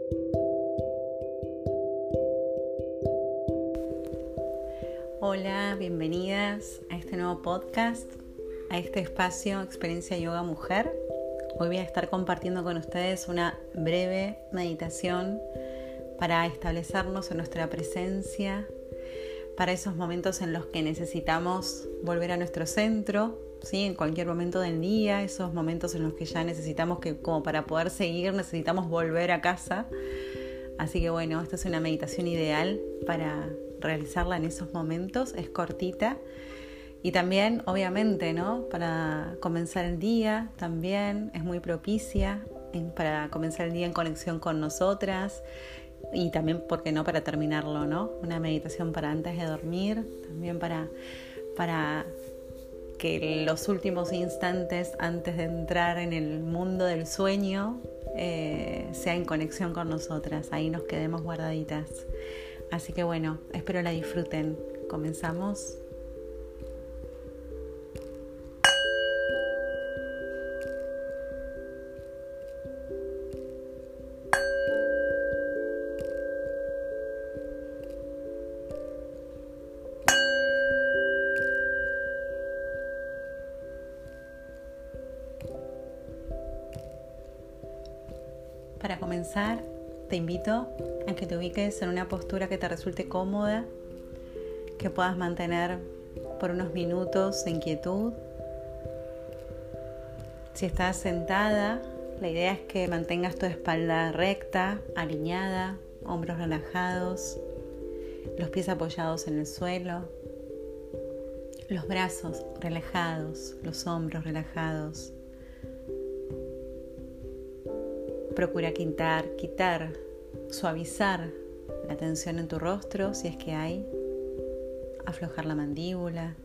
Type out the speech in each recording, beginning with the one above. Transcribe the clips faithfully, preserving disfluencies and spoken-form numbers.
Hola, bienvenidas a este nuevo podcast, a este espacio Experiencia Yoga Mujer. Hoy voy a estar compartiendo con ustedes una breve meditación para establecernos en nuestra presencia, para esos momentos en los que necesitamos volver a nuestro centro, ¿sí? En cualquier momento del día, esos momentos en los que ya necesitamos que, como para poder seguir, necesitamos volver a casa. Así que bueno, esta es una meditación ideal para realizarla en esos momentos, es cortita y también obviamente, ¿no? Para comenzar el día también es muy propicia en, para comenzar el día en conexión con nosotras y también, ¿por qué no?, para terminarlo, ¿no? Una meditación para antes de dormir, también para, para que los últimos instantes antes de entrar en el mundo del sueño eh, sea en conexión con nosotras, ahí nos quedemos guardaditas. Así que bueno, espero la disfruten. ¿Comenzamos? Para comenzar, te invito a que te ubiques en una postura que te resulte cómoda, que puedas mantener por unos minutos en quietud. Si estás sentada, la idea es que mantengas tu espalda recta, alineada, hombros relajados, los pies apoyados en el suelo, los brazos relajados, los hombros relajados. Procura quitar, quitar, suavizar la tensión en tu rostro, si es que hay. Aflojar la mandíbula.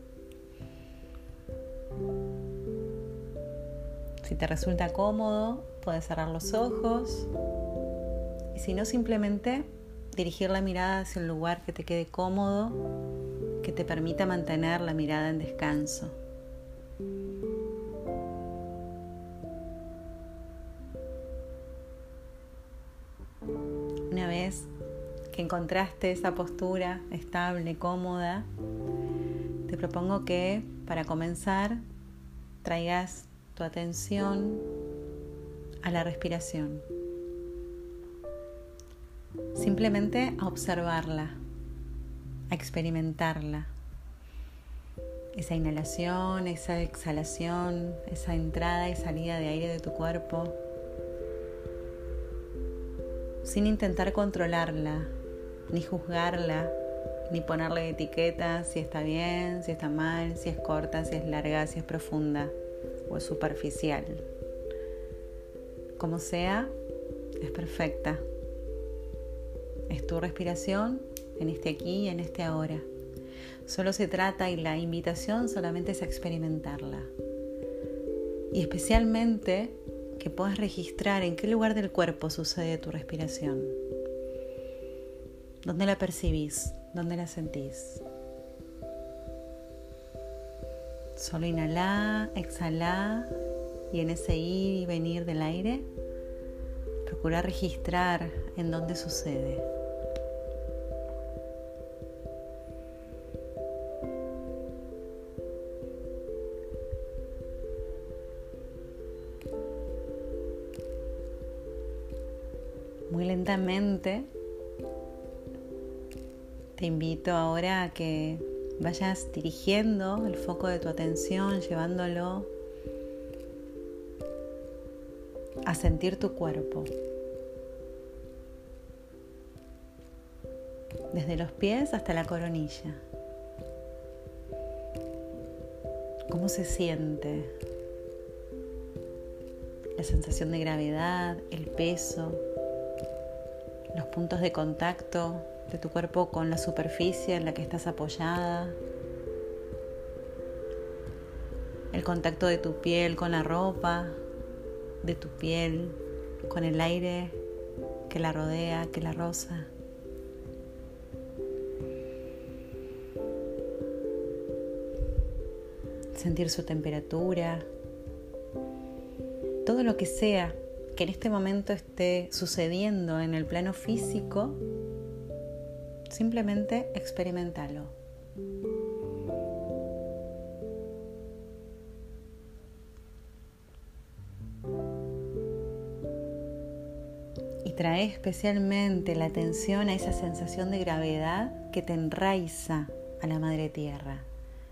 Si te resulta cómodo, puedes cerrar los ojos. Y si no, simplemente dirigir la mirada hacia un lugar que te quede cómodo, que te permita mantener la mirada en descanso. Una vez que encontraste esa postura estable, cómoda, te propongo que para comenzar traigas tu atención a la respiración. Simplemente a observarla, a experimentarla. Esa inhalación, esa exhalación, esa entrada y salida de aire de tu cuerpo, sin intentar controlarla, ni juzgarla, ni ponerle etiquetas si está bien, si está mal, si es corta, si es larga, si es profunda o es superficial. Como sea, es perfecta. Es tu respiración en este aquí y en este ahora. Solo se trata, y la invitación solamente es a experimentarla. Y especialmente que puedas registrar en qué lugar del cuerpo sucede tu respiración. ¿Dónde la percibís? ¿Dónde la sentís? Solo inhalá, exhalá, y en ese ir y venir del aire, procura registrar en dónde sucede. Muy lentamente te invito ahora a que vayas dirigiendo el foco de tu atención, llevándolo a sentir tu cuerpo. Desde los pies hasta la coronilla. ¿Cómo se siente? La sensación de gravedad, el peso, los puntos de contacto de tu cuerpo con la superficie en la que estás apoyada, el contacto de tu piel con la ropa, de tu piel con el aire que la rodea, que la roza. Sentir su temperatura, todo lo que sea que en este momento esté sucediendo en el plano físico, simplemente experimentalo. Y trae especialmente la atención a esa sensación de gravedad que te enraiza a la Madre Tierra.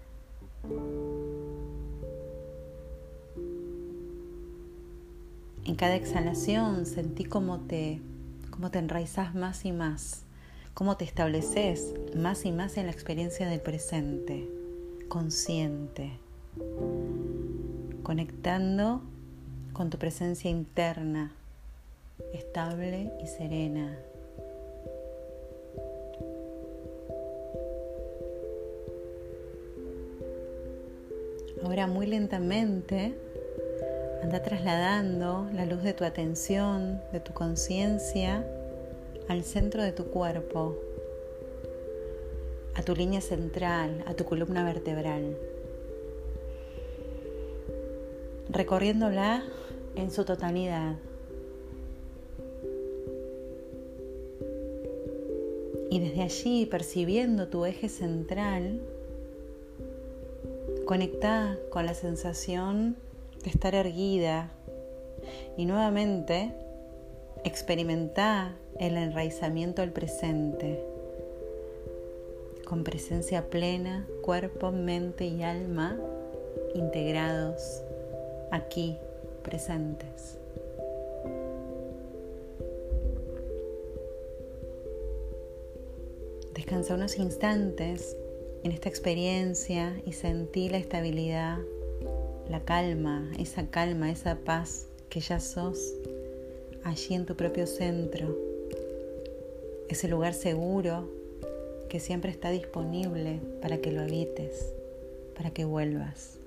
En cada exhalación sentí cómo te, cómo te enraizás más y más, cómo te estableces más y más en la experiencia del presente, consciente, conectando con tu presencia interna, estable y serena. Ahora muy lentamente anda trasladando la luz de tu atención, de tu conciencia, al centro de tu cuerpo, a tu línea central, a tu columna vertebral, recorriéndola en su totalidad. Y desde allí, percibiendo tu eje central, conecta con la sensación de estar erguida y nuevamente experimenta el enraizamiento al presente con presencia plena, cuerpo, mente y alma integrados aquí, presentes. Descansa unos instantes en esta experiencia y sentí la estabilidad, la calma, esa calma, esa paz que ya sos allí en tu propio centro, ese lugar seguro que siempre está disponible para que lo habites, para que vuelvas.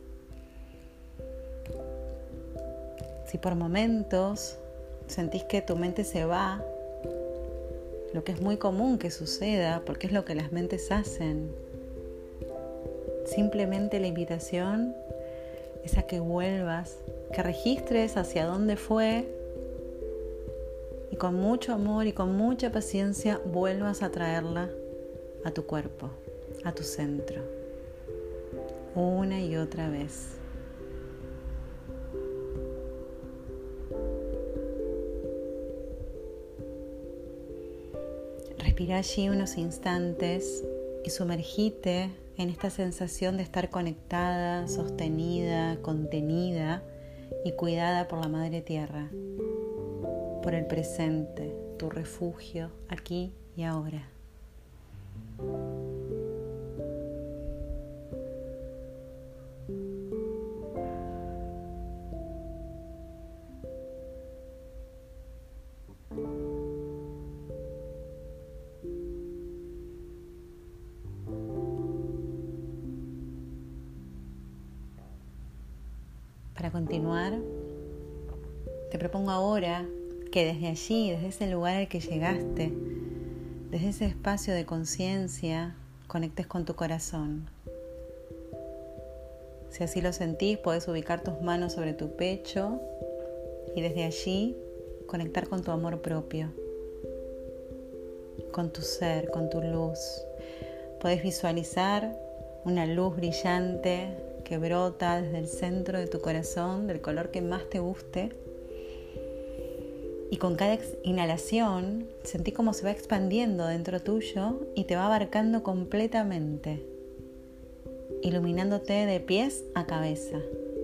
Si por momentos sentís que tu mente se va, lo que es muy común que suceda, porque es lo que las mentes hacen, simplemente la invitación es a que vuelvas, que registres hacia dónde fue y con mucho amor y con mucha paciencia vuelvas a traerla a tu cuerpo, a tu centro, una y otra vez. Respira allí unos instantes y sumergite en esta sensación de estar conectada, sostenida, contenida y cuidada por la Madre Tierra, por el presente, tu refugio aquí y ahora. Para continuar, te propongo ahora que desde allí, desde ese lugar al que llegaste, desde ese espacio de conciencia, conectes con tu corazón. Si así lo sentís, podés ubicar tus manos sobre tu pecho y desde allí conectar con tu amor propio, con tu ser, con tu luz. Podés visualizar una luz brillante que brota desde el centro de tu corazón, del color que más te guste. Y con cada inhalación, sentí cómo se va expandiendo dentro tuyo y te va abarcando completamente, iluminándote de pies a cabeza,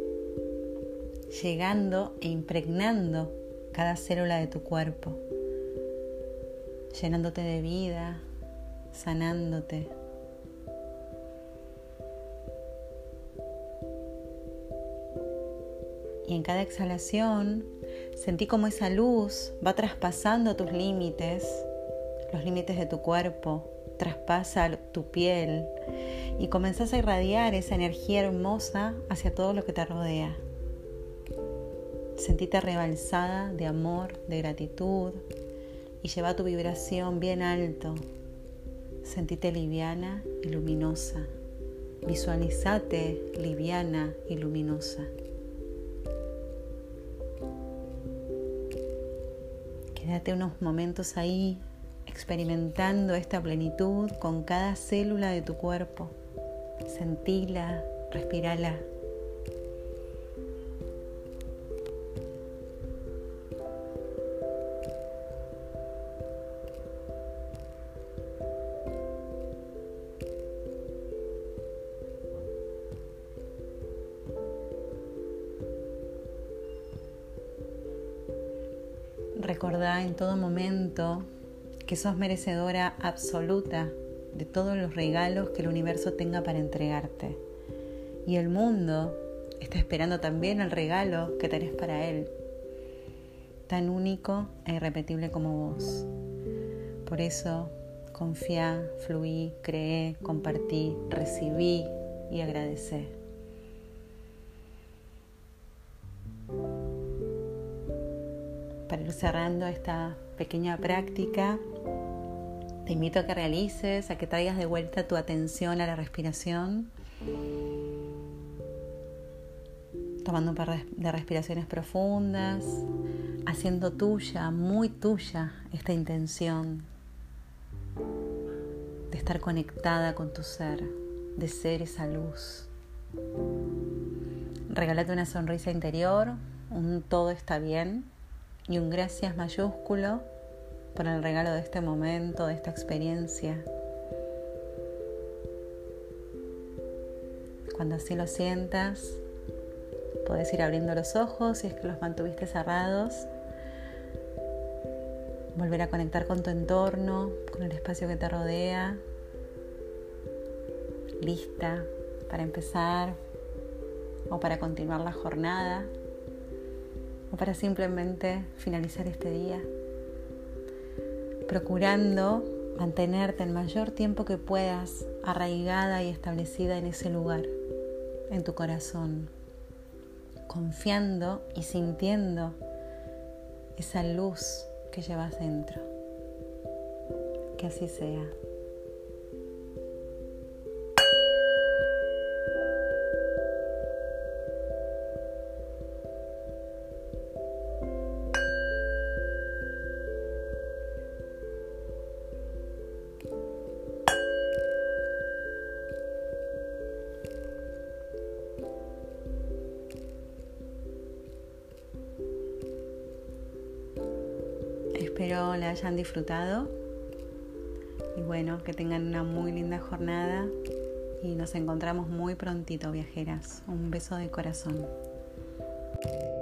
llegando e impregnando cada célula de tu cuerpo, llenándote de vida, sanándote. Y en cada exhalación sentí como esa luz va traspasando tus límites, los límites de tu cuerpo, traspasa tu piel y comenzás a irradiar esa energía hermosa hacia todo lo que te rodea. Sentíte rebalsada de amor, de gratitud y lleva tu vibración bien alto. Sentíte liviana y luminosa. Visualizate liviana y luminosa. Quédate unos momentos ahí experimentando esta plenitud con cada célula de tu cuerpo. Sentila, respírala. Recordá en todo momento que sos merecedora absoluta de todos los regalos que el universo tenga para entregarte. Y el mundo está esperando también el regalo que tenés para él, tan único e irrepetible como vos. Por eso, confía, fluí, creé, compartí, recibí y agradecé. Para ir cerrando esta pequeña práctica, te invito a que realices, a que traigas de vuelta tu atención a la respiración, tomando un par de respiraciones profundas, haciendo tuya, muy tuya, esta intención de estar conectada con tu ser, de ser esa luz. Regálate una sonrisa interior, un todo está bien y un gracias mayúsculo por el regalo de este momento, de esta experiencia. Cuando así lo sientas, podés ir abriendo los ojos si es que los mantuviste cerrados. Volver a conectar con tu entorno, con el espacio que te rodea. Lista para empezar o para continuar la jornada o para simplemente finalizar este día. Procurando mantenerte el mayor tiempo que puedas arraigada y establecida en ese lugar, en tu corazón, confiando y sintiendo esa luz que llevas dentro. Que así sea. Espero la hayan disfrutado y bueno, que tengan una muy linda jornada y nos encontramos muy prontito, viajeras. Un beso de corazón.